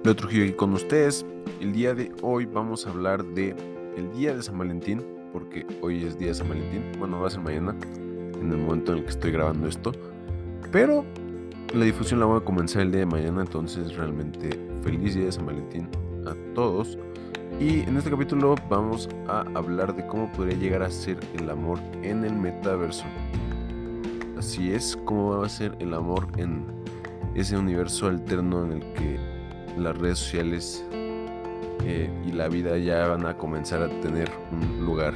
Leo Trujillo aquí con ustedes. El día de hoy vamos a hablar de el día de San Valentín, porque hoy es día de San Valentín. Bueno, va a ser mañana, en el momento en el que estoy grabando esto. Pero la difusión la voy a comenzar el día de mañana, entonces realmente feliz día de San Valentín a todos. Y en este capítulo vamos a hablar de cómo podría llegar a ser el amor en el metaverso. Así es, cómo va a ser el amor en ese universo alterno en el que las redes sociales y la vida ya van a comenzar a tener un lugar.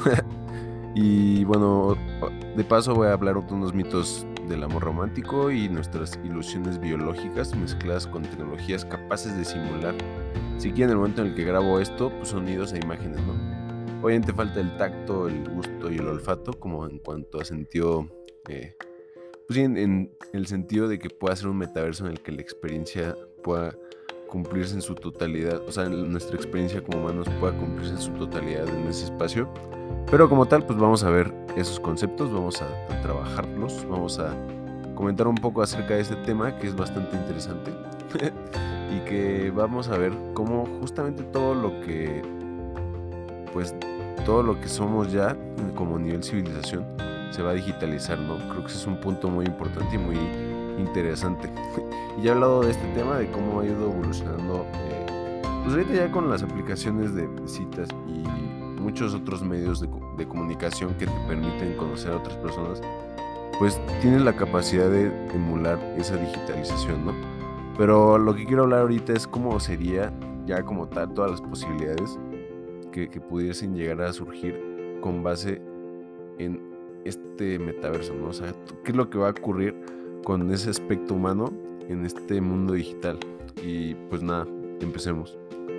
Y bueno, de paso voy a hablar de unos mitos del amor romántico y nuestras ilusiones biológicas mezcladas con tecnologías capaces de simular, siquiera en el momento en el que grabo esto, pues sonidos e imágenes, ¿no? Obviamente falta el tacto, el gusto y el olfato, como en cuanto a sentido, pues sí, en el sentido de que pueda ser un metaverso en el que la experiencia pueda cumplirse en su totalidad, o sea, nuestra experiencia como humanos pueda cumplirse en su totalidad en ese espacio. Pero como tal, pues vamos a ver esos conceptos, vamos a trabajarlos, vamos a comentar un poco acerca de este tema que es bastante interesante y que vamos a ver cómo justamente todo lo que somos ya como nivel civilización se va a digitalizar, ¿no? Creo que ese es un punto muy importante y muy interesante. Y ya he hablado de este tema, de cómo ha ido evolucionando, pues ahorita ya con las aplicaciones de citas y muchos otros medios de comunicación que te permiten conocer a otras personas, pues tienes la capacidad de emular esa digitalización, ¿no? Pero lo que quiero hablar ahorita es cómo sería ya como tal todas las posibilidades que pudiesen llegar a surgir con base en este metaverso, ¿no? O sea, ¿qué es lo que va a ocurrir con ese aspecto humano en este mundo digital? Y pues nada, empecemos.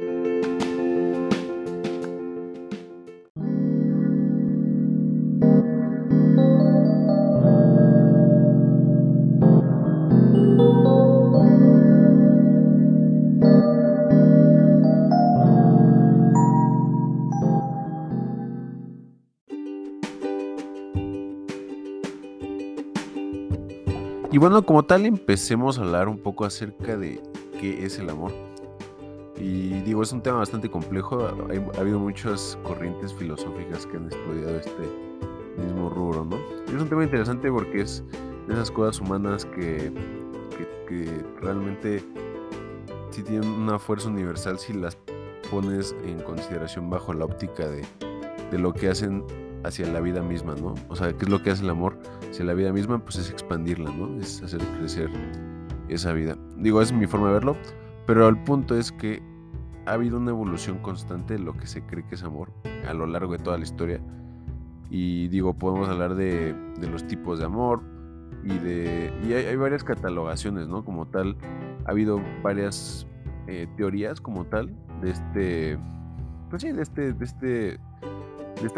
Y bueno, como tal, empecemos a hablar un poco acerca de qué es el amor. Y digo, es un tema bastante complejo. Ha habido muchas corrientes filosóficas que han estudiado este mismo rubro, ¿no? Y es un tema interesante porque es de esas cosas humanas que realmente sí tienen una fuerza universal si las pones en consideración bajo la óptica de lo que hacen hacia la vida misma, ¿no? O sea, ¿qué es lo que hace el amor hacia la vida misma? Pues es expandirla, ¿no? Es hacer crecer esa vida. Digo, es mi forma de verlo, pero el punto es que ha habido una evolución constante de lo que se cree que es amor a lo largo de toda la historia. Y digo, podemos hablar de los tipos de amor y hay varias catalogaciones, ¿no? Como tal, ha habido varias teorías como tal de este, pues sí, de esta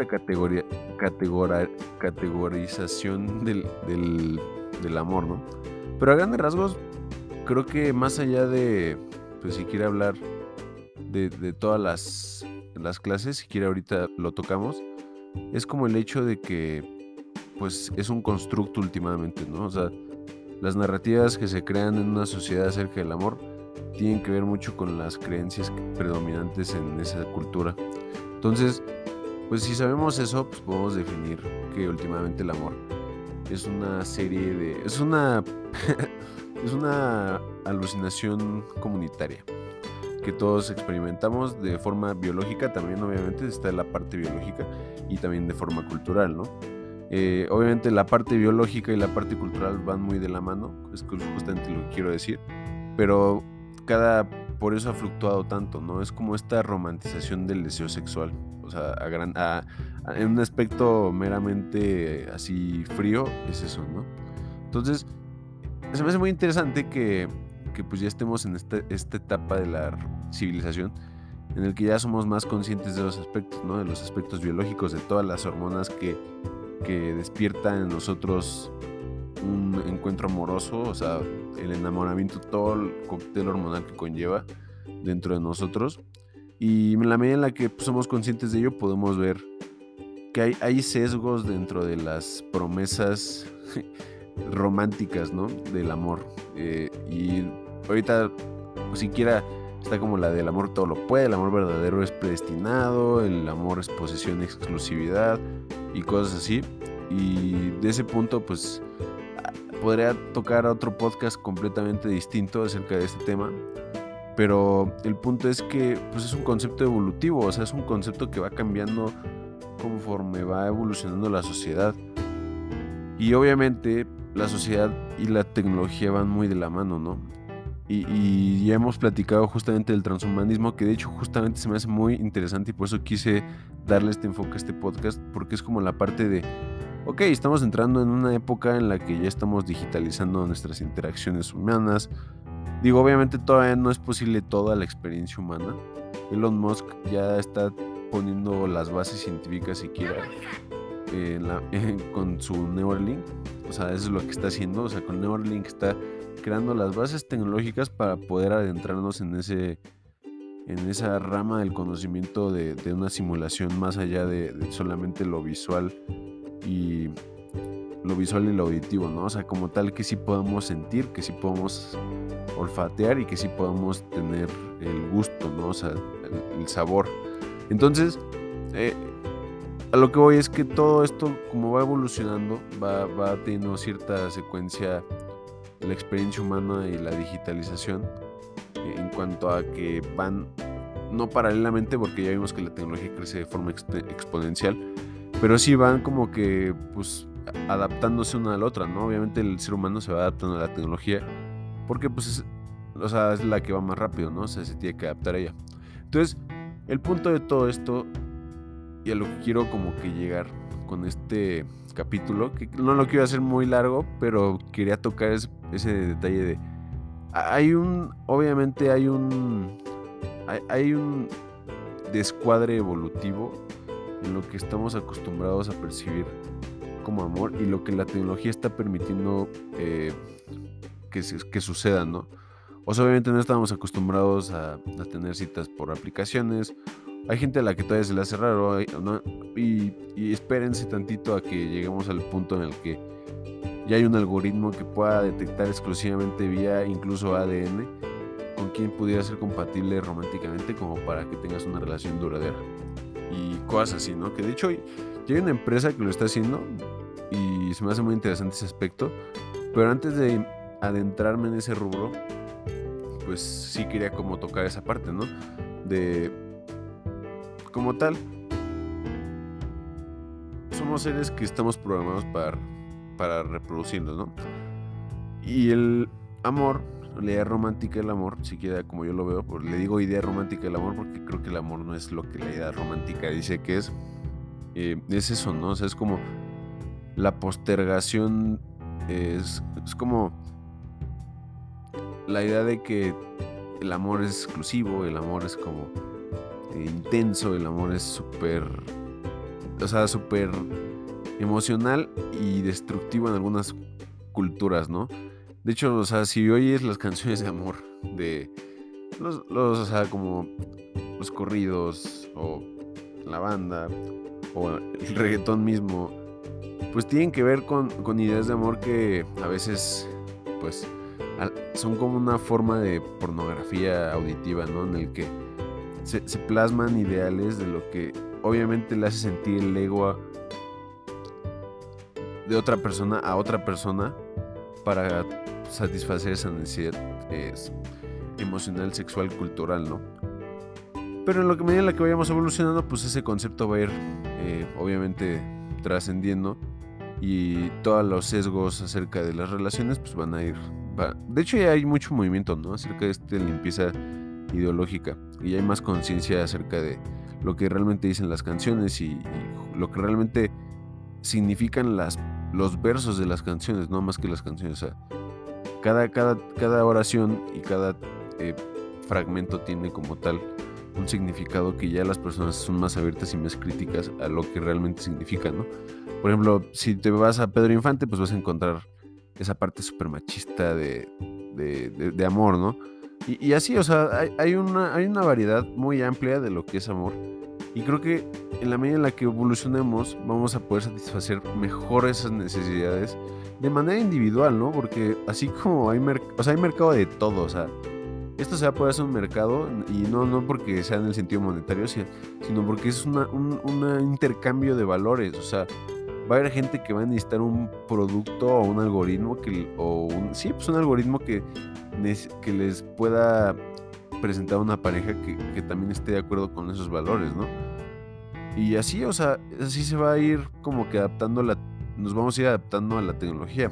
categorización del amor, ¿no? Pero a grandes rasgos, creo que más allá de, pues si quiere hablar de todas las clases, si quiere ahorita lo tocamos, es como el hecho de que, pues es un constructo últimamente, ¿no? O sea, las narrativas que se crean en una sociedad acerca del amor tienen que ver mucho con las creencias predominantes en esa cultura. Entonces, pues si sabemos eso, pues podemos definir que últimamente el amor es una serie de... es una es una alucinación comunitaria que todos experimentamos de forma biológica, también obviamente está la parte biológica y también de forma cultural, ¿no? Obviamente la parte biológica y la parte cultural van muy de la mano, es justamente lo que quiero decir, pero por eso ha fluctuado tanto, ¿no? Es como esta romantización del deseo sexual, o sea, en un aspecto meramente así frío, es eso, ¿no? Entonces, se me hace muy interesante que pues ya estemos en esta etapa de la civilización en el que ya somos más conscientes de los aspectos, ¿no? De los aspectos biológicos, de todas las hormonas que despiertan en nosotros un encuentro amoroso, o sea, el enamoramiento, todo el cóctel hormonal que conlleva dentro de nosotros. Y en la medida en la que pues, somos conscientes de ello, podemos ver que hay sesgos dentro de las promesas románticas, ¿no? Del amor. Y ahorita, pues, siquiera Está como la del amor todo lo puede, el amor verdadero es predestinado, el amor es posesión y exclusividad y cosas así. Y de ese punto, pues, podría tocar otro podcast completamente distinto acerca de este tema. Pero el punto es que, pues, es un concepto evolutivo, o sea, es un concepto que va cambiando conforme va evolucionando la sociedad. Y obviamente la sociedad y la tecnología van muy de la mano, ¿no? Y ya hemos platicado justamente del transhumanismo, que de hecho justamente se me hace muy interesante y por eso quise darle este enfoque a este podcast, porque es como la parte de, ok, estamos entrando en una época en la que ya estamos digitalizando nuestras interacciones humanas. Digo, obviamente todavía no es posible toda la experiencia humana. Elon Musk ya está poniendo las bases científicas siquiera con su Neuralink. O sea, eso es lo que está haciendo. O sea, con Neuralink está creando las bases tecnológicas para poder adentrarnos en esa rama del conocimiento de una simulación más allá de solamente lo visual y lo auditivo, ¿no? O sea, como tal que sí podemos sentir, que sí podemos olfatear y que sí podemos tener el gusto, ¿no? O sea, el sabor. Entonces, a lo que voy es que todo esto, como va evolucionando, va teniendo cierta secuencia la experiencia humana y la digitalización en cuanto a que van no paralelamente, porque ya vimos que la tecnología crece de forma exponencial, pero sí van como que pues adaptándose una a la otra, ¿no? Obviamente el ser humano se va adaptando a la tecnología porque pues es la que va más rápido, ¿no? O sea, se tiene que adaptar a ella. Entonces, el punto de todo esto y a lo que quiero como que llegar con este capítulo, que no lo quiero hacer muy largo, pero quería tocar ese detalle de obviamente hay un descuadre evolutivo en lo que estamos acostumbrados a percibir como amor y lo que la tecnología está permitiendo que suceda, ¿no? O sea, obviamente no estamos acostumbrados a tener citas por aplicaciones. Hay gente a la que todavía se le hace raro, ¿no? Y espérense tantito a que lleguemos al punto en el que ya hay un algoritmo que pueda detectar exclusivamente vía incluso ADN con quien pudiera ser compatible románticamente como para que tengas una relación duradera y cosas así, ¿no? Que de hecho ya hay una empresa que lo está haciendo y se me hace muy interesante ese aspecto. Pero antes de adentrarme en ese rubro, pues sí quería como tocar esa parte, ¿no? De como tal, somos seres que estamos programados para reproducirnos, ¿no? Y el amor, la idea romántica del amor, siquiera como yo lo veo, pues le digo idea romántica del amor porque creo que el amor no es lo que la idea romántica dice que es eso, ¿no? O sea, es como la postergación, es como la idea de que el amor es exclusivo, el amor es como intenso, el amor es súper emocional y destructivo en algunas culturas, ¿no? De hecho, o sea, si oyes las canciones de amor de o sea, como los corridos o la banda o el reggaetón mismo, pues tienen que ver con ideas de amor que a veces, pues, son como una forma de pornografía auditiva, ¿no? En el que se plasman ideales de lo que obviamente le hace sentir el ego de otra persona a otra persona para satisfacer esa necesidad emocional, sexual, cultural, ¿no? Pero en medida en la que vayamos evolucionando, pues ese concepto va a ir obviamente trascendiendo y todos los sesgos acerca de las relaciones pues van a ir. De hecho ya hay mucho movimiento, ¿no? Acerca de esta limpieza ideológica y hay más conciencia acerca de lo que realmente dicen las canciones y lo que realmente significan los versos de las canciones, no más que las canciones. O sea, cada oración y cada fragmento tiene como tal un significado que ya las personas son más abiertas y más críticas a lo que realmente significa, ¿no? Por ejemplo, si te vas a Pedro Infante, pues vas a encontrar esa parte súper machista de amor, ¿no? Y así, o sea, hay una variedad muy amplia de lo que es amor. Y creo que en la medida en la que evolucionemos, vamos a poder satisfacer mejor esas necesidades de manera individual, ¿no? Porque así como hay mercado de todo, o sea, esto se va a poder hacer un mercado, y no porque sea en el sentido monetario, sino porque es un intercambio de valores. O sea, va a haber gente que va a necesitar un producto o un algoritmo un algoritmo que les pueda presentar una pareja que también esté de acuerdo con esos valores, ¿no? Y así, o sea, así se va a ir como que nos vamos a ir adaptando a la tecnología.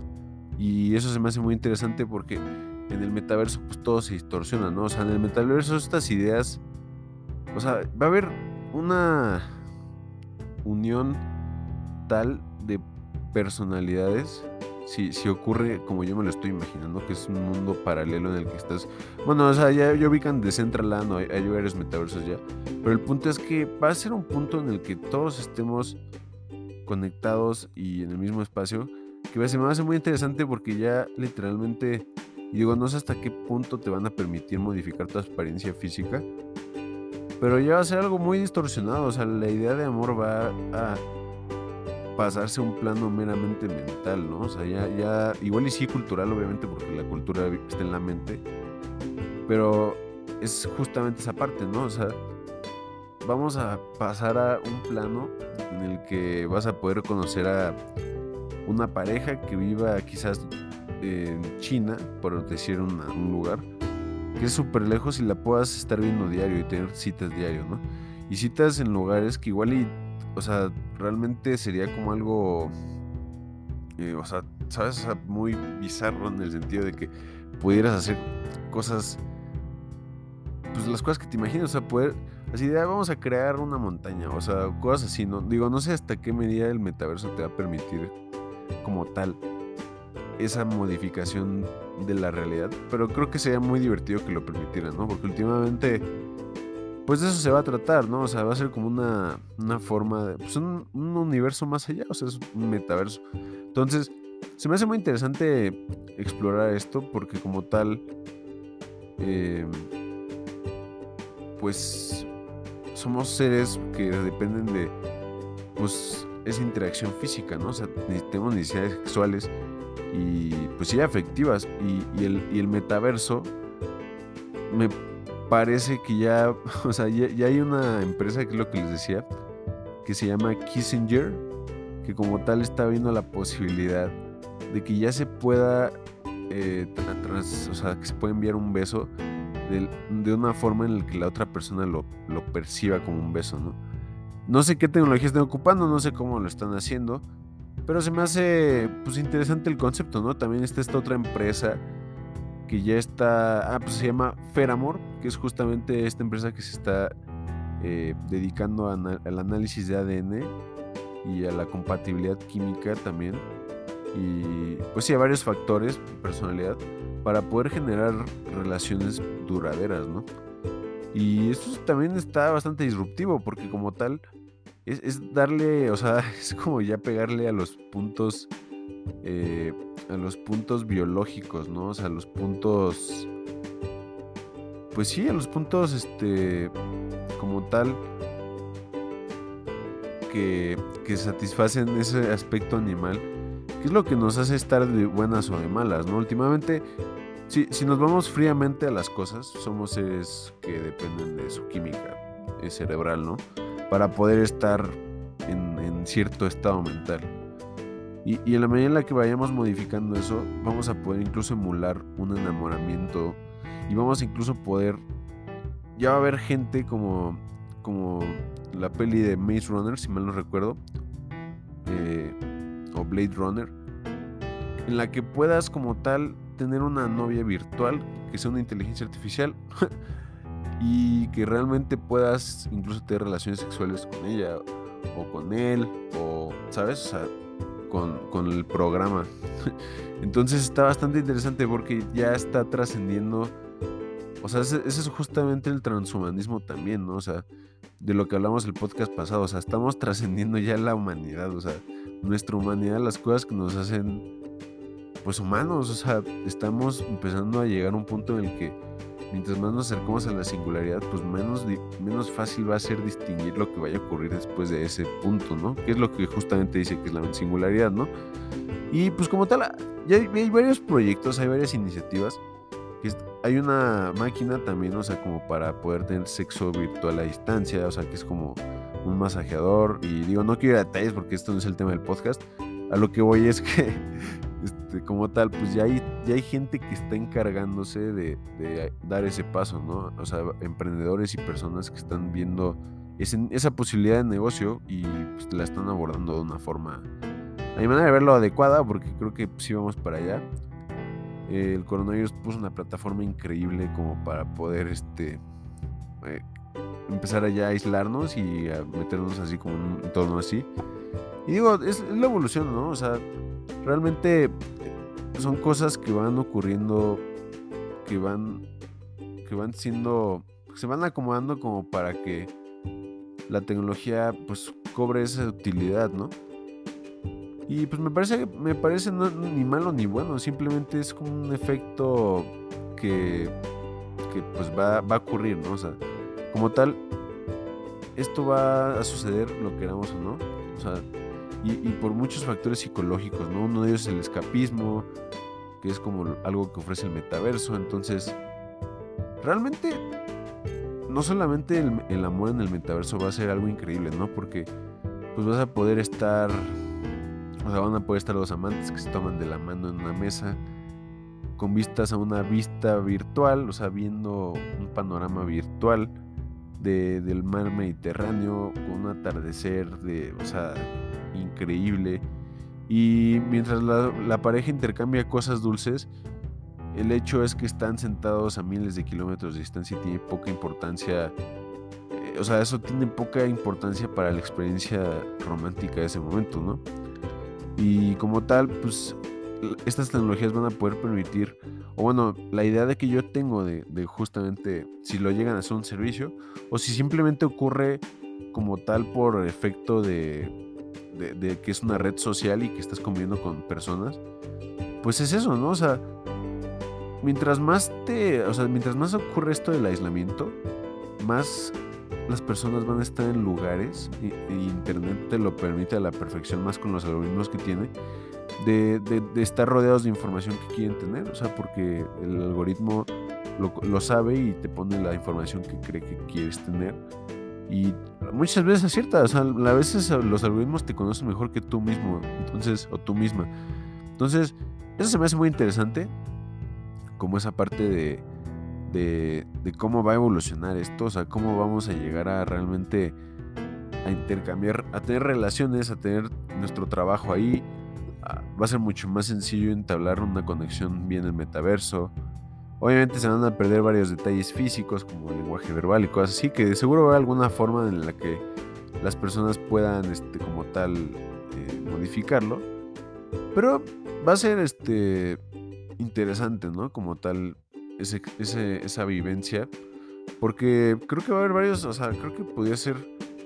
Y eso se me hace muy interesante porque en el metaverso pues todo se distorsiona, ¿no? O sea, en el metaverso estas ideas, o sea, va a haber una unión tal de personalidades, si ocurre como yo me lo estoy imaginando, que es un mundo paralelo en el que estás. Bueno, o sea, ya ubican Decentraland, ¿no? Hay varios metaversos ya, pero el punto es que va a ser un punto en el que todos estemos conectados y en el mismo espacio, que se me hace muy interesante porque ya literalmente, y digo, no sé hasta qué punto te van a permitir modificar tu apariencia física, pero ya va a ser algo muy distorsionado. O sea, la idea de amor va a pasarse a un plano meramente mental, ¿no? O sea, ya igual y sí cultural, obviamente, porque la cultura está en la mente, pero es justamente esa parte, ¿no? O sea, vamos a pasar a un plano en el que vas a poder conocer a una pareja que viva quizás en China, por decir un lugar, que es súper lejos y la puedas estar viendo diario y tener citas diario, ¿no? Y citas en lugares que igual y, o sea, realmente sería como algo, o sea, ¿sabes? O sea, muy bizarro en el sentido de que pudieras hacer cosas, pues las cosas que te imaginas, o sea, poder, así de, vamos a crear una montaña, o sea, cosas así, ¿no? Digo, no sé hasta qué medida el metaverso te va a permitir como tal esa modificación de la realidad, pero creo que sería muy divertido que lo permitieran, ¿no? Porque últimamente pues de eso se va a tratar, ¿no? O sea, va a ser como una forma de, pues un universo más allá, o sea, es un metaverso. Entonces, se me hace muy interesante explorar esto porque como tal, eh, pues somos seres que dependen de, pues, esa interacción física, ¿no? O sea, tenemos necesidades sexuales y, pues, sí, afectivas. Y el metaverso me parece que ya, o sea, ya hay una empresa, que es lo que les decía, que se llama Kissinger, que como tal está viendo la posibilidad de que ya se pueda, o sea, que se puede enviar un beso de una forma en la que la otra persona lo perciba como un beso, ¿no? No sé qué tecnología están ocupando, no sé cómo lo están haciendo, pero se me hace, pues, interesante el concepto, ¿no? También está esta otra empresa que ya está, pues se llama Feramor, que es justamente esta empresa que se está dedicando al análisis de ADN y a la compatibilidad química también, y pues sí, a varios factores de personalidad para poder generar relaciones duraderas, ¿no? Y esto también está bastante disruptivo porque como tal es darle, o sea, es como ya pegarle a los puntos biológicos, ¿no? O sea, a los puntos, pues sí, a los puntos, como tal, que satisfacen ese aspecto animal, que es lo que nos hace estar de buenas o de malas, ¿no? Últimamente, si nos vamos fríamente a las cosas, somos seres que dependen de su química cerebral, ¿no? Para poder estar en cierto estado mental. Y en la medida en la que vayamos modificando eso, vamos a poder incluso emular un enamoramiento. Y vamos a incluso poder, ya va a haber gente como la peli de Maze Runner, si mal no recuerdo, o Blade Runner, en la que puedas como tal tener una novia virtual que sea una inteligencia artificial y que realmente puedas incluso tener relaciones sexuales con ella o con él, o, ¿sabes? O sea, con el programa. Entonces está bastante interesante porque ya está trascendiendo, o sea, ese es justamente el transhumanismo también, ¿no? O sea, de lo que hablamos el podcast pasado, o sea, estamos trascendiendo ya la humanidad, o sea, nuestra humanidad, las cosas que nos hacen, pues, humanos. O sea, estamos empezando a llegar a un punto en el que mientras más nos acercamos a la singularidad, pues menos fácil va a ser distinguir lo que vaya a ocurrir después de ese punto, ¿no? Que es lo que justamente dice que es la singularidad, ¿no? Y pues como tal, ya hay varios proyectos, hay varias iniciativas hay una máquina también, o sea, como para poder tener sexo virtual a distancia, o sea, que es como un masajeador. Y digo, no quiero ir a detalles porque esto no es el tema del podcast. A lo que voy es que, como tal, pues ya hay gente que está encargándose de dar ese paso, ¿no? O sea, emprendedores y personas que están viendo esa posibilidad de negocio y pues la están abordando de una forma, a mi manera de verlo, adecuada, porque creo que sí vamos para allá. El coronavirus puso una plataforma increíble como para poder eh, empezar allá a aislarnos y a meternos así como en un entorno así. Y digo, es la evolución, ¿no? O sea, realmente son cosas que van ocurriendo, que van siendo, se van acomodando como para que la tecnología pues cobre esa utilidad, ¿no? Y pues me parece ni malo ni bueno, simplemente es como un efecto que, que pues va a ocurrir, ¿no? O sea, como tal, esto va a suceder, lo queramos o no. O sea, y por muchos factores psicológicos, ¿no? Uno de ellos es el escapismo, que es como algo que ofrece el metaverso. Entonces, realmente, no solamente el amor en el metaverso va a ser algo increíble, ¿no? Porque pues vas a poder estar, o sea, van a poder estar los amantes que se toman de la mano en una mesa, con vistas a una vista virtual, o sea, viendo un panorama virtual del mar Mediterráneo, con un atardecer o sea, increíble. Y mientras la pareja intercambia cosas dulces, el hecho es que están sentados a miles de kilómetros de distancia y tiene poca importancia. O sea, eso tiene poca importancia para la experiencia romántica de ese momento, ¿no? Y como tal, pues estas tecnologías van a poder permitir, o bueno, la idea de que yo tengo de justamente si lo llegan a hacer un servicio, o si simplemente ocurre como tal por efecto de que es una red social y que estás conviviendo con personas, pues es eso, ¿no? O sea, mientras más ocurre esto del aislamiento, más las personas van a estar en lugares, y internet te lo permite a la perfección, más con los algoritmos que tiene, de estar rodeados de información que quieren tener. O sea, porque el algoritmo lo sabe y te pone la información que cree que quieres tener. Y muchas veces acierta, o sea, a veces los algoritmos te conocen mejor que tú mismo, entonces, o tú misma. Entonces, eso se me hace muy interesante, como esa parte de cómo va a evolucionar esto, o sea, cómo vamos a llegar a realmente a intercambiar, a tener relaciones, a tener nuestro trabajo ahí. Va a ser mucho más sencillo entablar una conexión bien en el metaverso. Obviamente se van a perder varios detalles físicos como el lenguaje verbal y cosas así, que de seguro va a haber alguna forma en la que las personas puedan como tal modificarlo. Pero va a ser interesante, ¿no? Como tal esa vivencia, porque creo que va a haber varios, o sea, creo que podría ser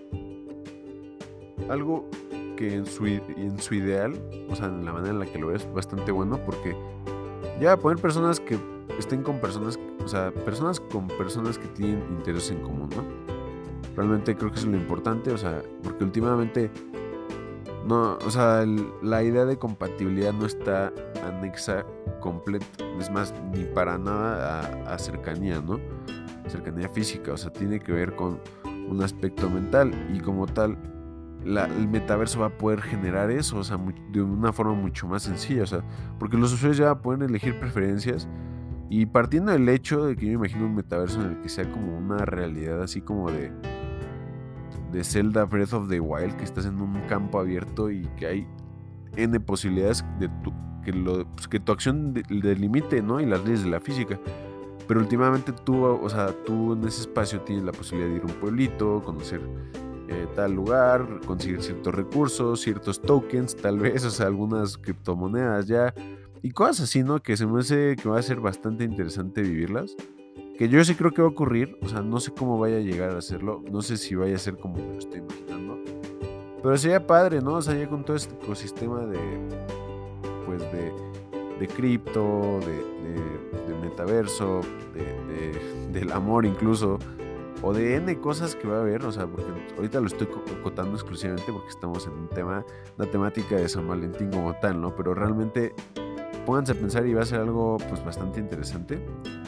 algo que en su ideal, o sea, en la manera en la que lo ves, bastante bueno, porque ya va a poner personas que estén con personas, o sea, personas con personas que tienen intereses en común, ¿no? Realmente creo que eso es lo importante, o sea, porque últimamente no, o sea, la idea de compatibilidad no está anexa completa, es más, ni para nada a cercanía, ¿no? Cercanía física, o sea, tiene que ver con un aspecto mental, y como tal, el metaverso va a poder generar eso, o sea, de una forma mucho más sencilla, o sea, porque los usuarios ya pueden elegir preferencias, y partiendo del hecho de que yo me imagino un metaverso en el que sea como una realidad así como de Zelda Breath of the Wild, que estás en un campo abierto y que hay N posibilidades que tu acción delimite, ¿no? Y las leyes de la física. Pero últimamente o sea, tú en ese espacio tienes la posibilidad de ir a un pueblito, conocer tal lugar, conseguir ciertos recursos, ciertos tokens, tal vez, o sea, algunas criptomonedas ya, y cosas así, ¿no? Que se me hace que va a ser bastante interesante vivirlas. Que yo sí creo que va a ocurrir, o sea, no sé cómo vaya a llegar a hacerlo, no sé si vaya a ser como me lo estoy imaginando, pero sería padre, ¿no? O sea, ya con todo este ecosistema pues de cripto, de metaverso, del amor incluso, o de N cosas que va a haber, o sea, porque ahorita lo estoy acotando exclusivamente porque estamos en una temática de San Valentín como tal, ¿no? Pero realmente pónganse a pensar y va a ser algo pues bastante interesante.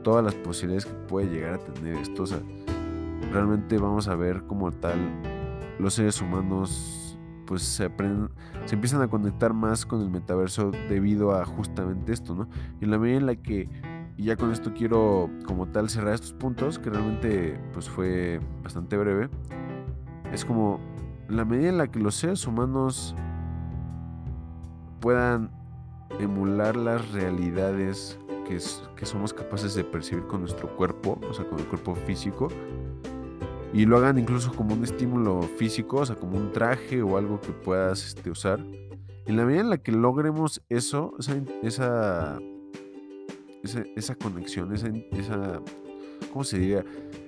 todas las posibilidades que puede llegar a tener esto. O sea, realmente vamos a ver como tal los seres humanos pues se empiezan a conectar más con el metaverso debido a justamente esto, ¿no? Y en la medida en la que, y ya con esto quiero como tal cerrar estos puntos, que realmente pues fue bastante breve, es como en la medida en la que los seres humanos puedan emular las realidades que somos capaces de percibir con nuestro cuerpo, o sea, con el cuerpo físico, y lo hagan incluso como un estímulo físico, o sea, como un traje o algo que puedas usar. En la medida en la que logremos eso, esa conexión, ¿cómo se diría?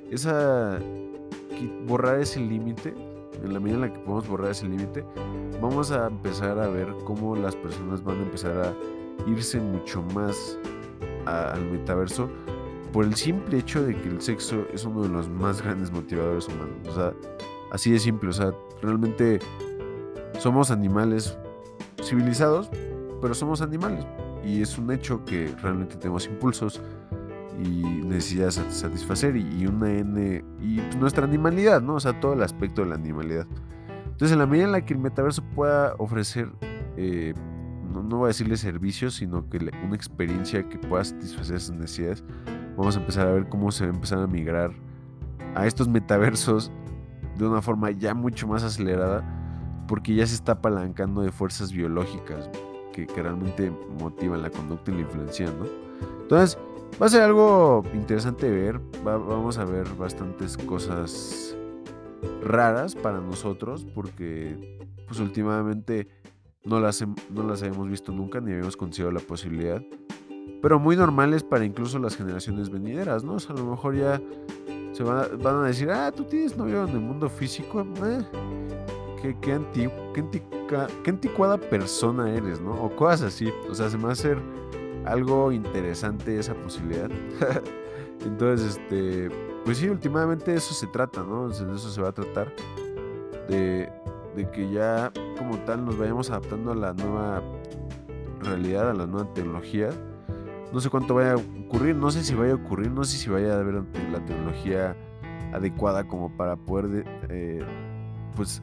Borrar ese límite, en la medida en la que podemos borrar ese límite, vamos a empezar a ver cómo las personas van a empezar a irse mucho más al metaverso por el simple hecho de que el sexo es uno de los más grandes motivadores humanos. O sea, así de simple. O sea, realmente somos animales civilizados, pero somos animales. Y es un hecho que realmente tenemos impulsos y necesidades a satisfacer y pues nuestra animalidad, ¿no? O sea, todo el aspecto de la animalidad. Entonces, en la medida en la que el metaverso pueda ofrecer, no voy a decirle servicios, sino que una experiencia que pueda satisfacer esas necesidades, vamos a empezar a ver cómo se va a empezar a migrar a estos metaversos de una forma ya mucho más acelerada, porque ya se está apalancando de fuerzas biológicas que realmente motivan la conducta y la influencian, ¿no? Entonces, va a ser algo interesante de ver. Vamos a ver bastantes cosas raras para nosotros, porque pues últimamente no las habíamos visto nunca, ni habíamos considerado la posibilidad, pero muy normales para incluso las generaciones venideras, ¿no? O sea, a lo mejor ya van a decir, tú tienes novio en el mundo físico, qué anticuada persona eres, ¿no? O cosas así. O sea, se me va a hacer algo interesante esa posibilidad. Entonces, pues sí, últimamente de eso se trata, ¿no? De eso se va a tratar, de que ya como tal nos vayamos adaptando a la nueva realidad, a la nueva tecnología. No sé cuánto vaya a ocurrir, no sé si vaya a ocurrir, no sé si vaya a haber la tecnología adecuada como para poder pues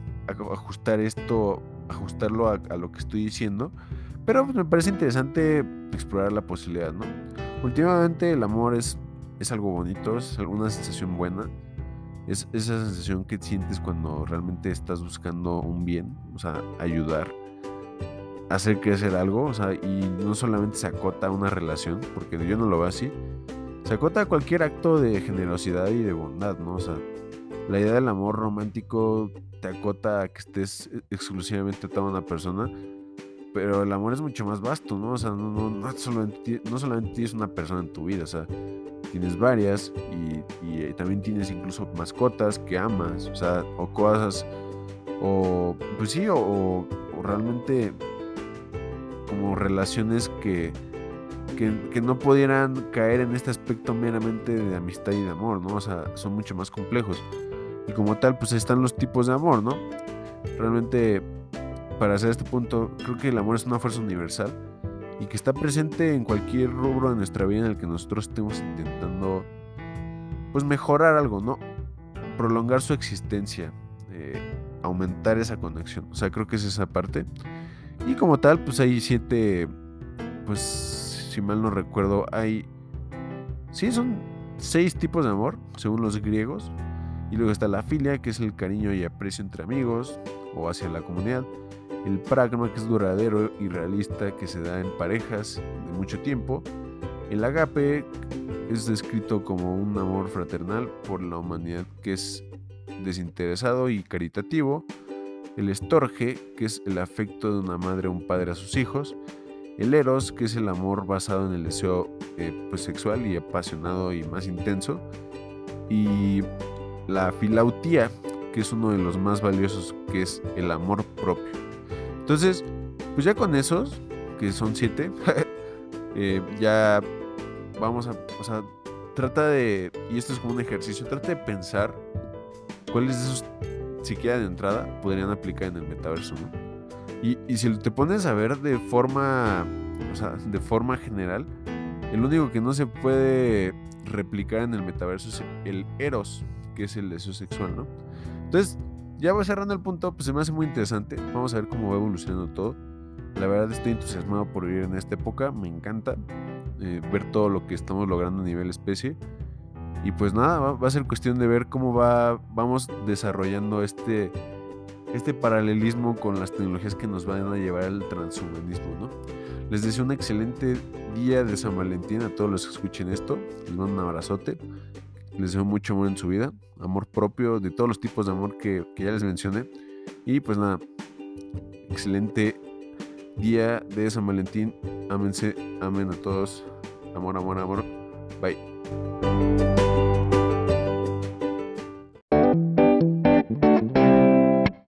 ajustarlo a lo que estoy diciendo, pero pues me parece interesante explorar la posibilidad, ¿no? Últimamente el amor es algo bonito, es alguna sensación buena, es esa sensación que sientes cuando realmente estás buscando un bien, o sea, ayudar, hacer crecer algo, o sea, y no solamente se acota a una relación, porque yo no lo veo así, se acota a cualquier acto de generosidad y de bondad, ¿no? O sea, la idea del amor romántico te acota a que estés exclusivamente atado a una persona, pero el amor es mucho más vasto, ¿no? O sea, no solamente tienes una persona en tu vida, o sea, tienes varias y también tienes incluso mascotas que amas, o sea, o cosas, o pues sí, o realmente como relaciones que no pudieran caer en este aspecto meramente de amistad y de amor, ¿no? O sea, son mucho más complejos. Y como tal, pues están los tipos de amor, ¿no? Realmente, para hacer este punto, creo que el amor es una fuerza universal y que está presente en cualquier rubro de nuestra vida en el que nosotros estemos intentando, pues, mejorar algo, ¿no? Prolongar su existencia, aumentar esa conexión. O sea, creo que es esa parte. Y como tal, pues hay 7, pues, si mal no recuerdo, son 6 tipos de amor, según los griegos. Y luego está la filia, que es el cariño y aprecio entre amigos o hacia la comunidad. El pragma, que es duradero y realista, que se da en parejas de mucho tiempo. El agape es descrito como un amor fraternal por la humanidad, que es desinteresado y caritativo. El estorge, que es el afecto de una madre o un padre a sus hijos. El eros, que es el amor basado en el deseo pues sexual y apasionado y más intenso. Y la filautía, que es uno de los más valiosos, que es el amor propio. Entonces, pues ya con esos, que son 7, ya vamos o sea, y esto es como un ejercicio, trata de pensar cuáles de esos, siquiera de entrada, podrían aplicar en el metaverso, ¿no? Y si te pones a ver de forma general, el único que no se puede replicar en el metaverso es el eros, que es el deseo sexual, ¿no? Entonces, ya voy cerrando el punto, pues se me hace muy interesante. Vamos a ver cómo va evolucionando todo. La verdad estoy entusiasmado por vivir en esta época, me encanta ver todo lo que estamos logrando a nivel especie. Y pues nada, va a ser cuestión de ver cómo vamos desarrollando este paralelismo con las tecnologías que nos van a llevar al transhumanismo, ¿no? Les deseo un excelente día de San Valentín a todos los que escuchen esto. Les mando un abrazote. Les deseo mucho amor en su vida, amor propio, de todos los tipos de amor que ya les mencioné. Y pues nada, excelente día de San Valentín. Ámense, amen a todos. Amor, amor, amor. Bye.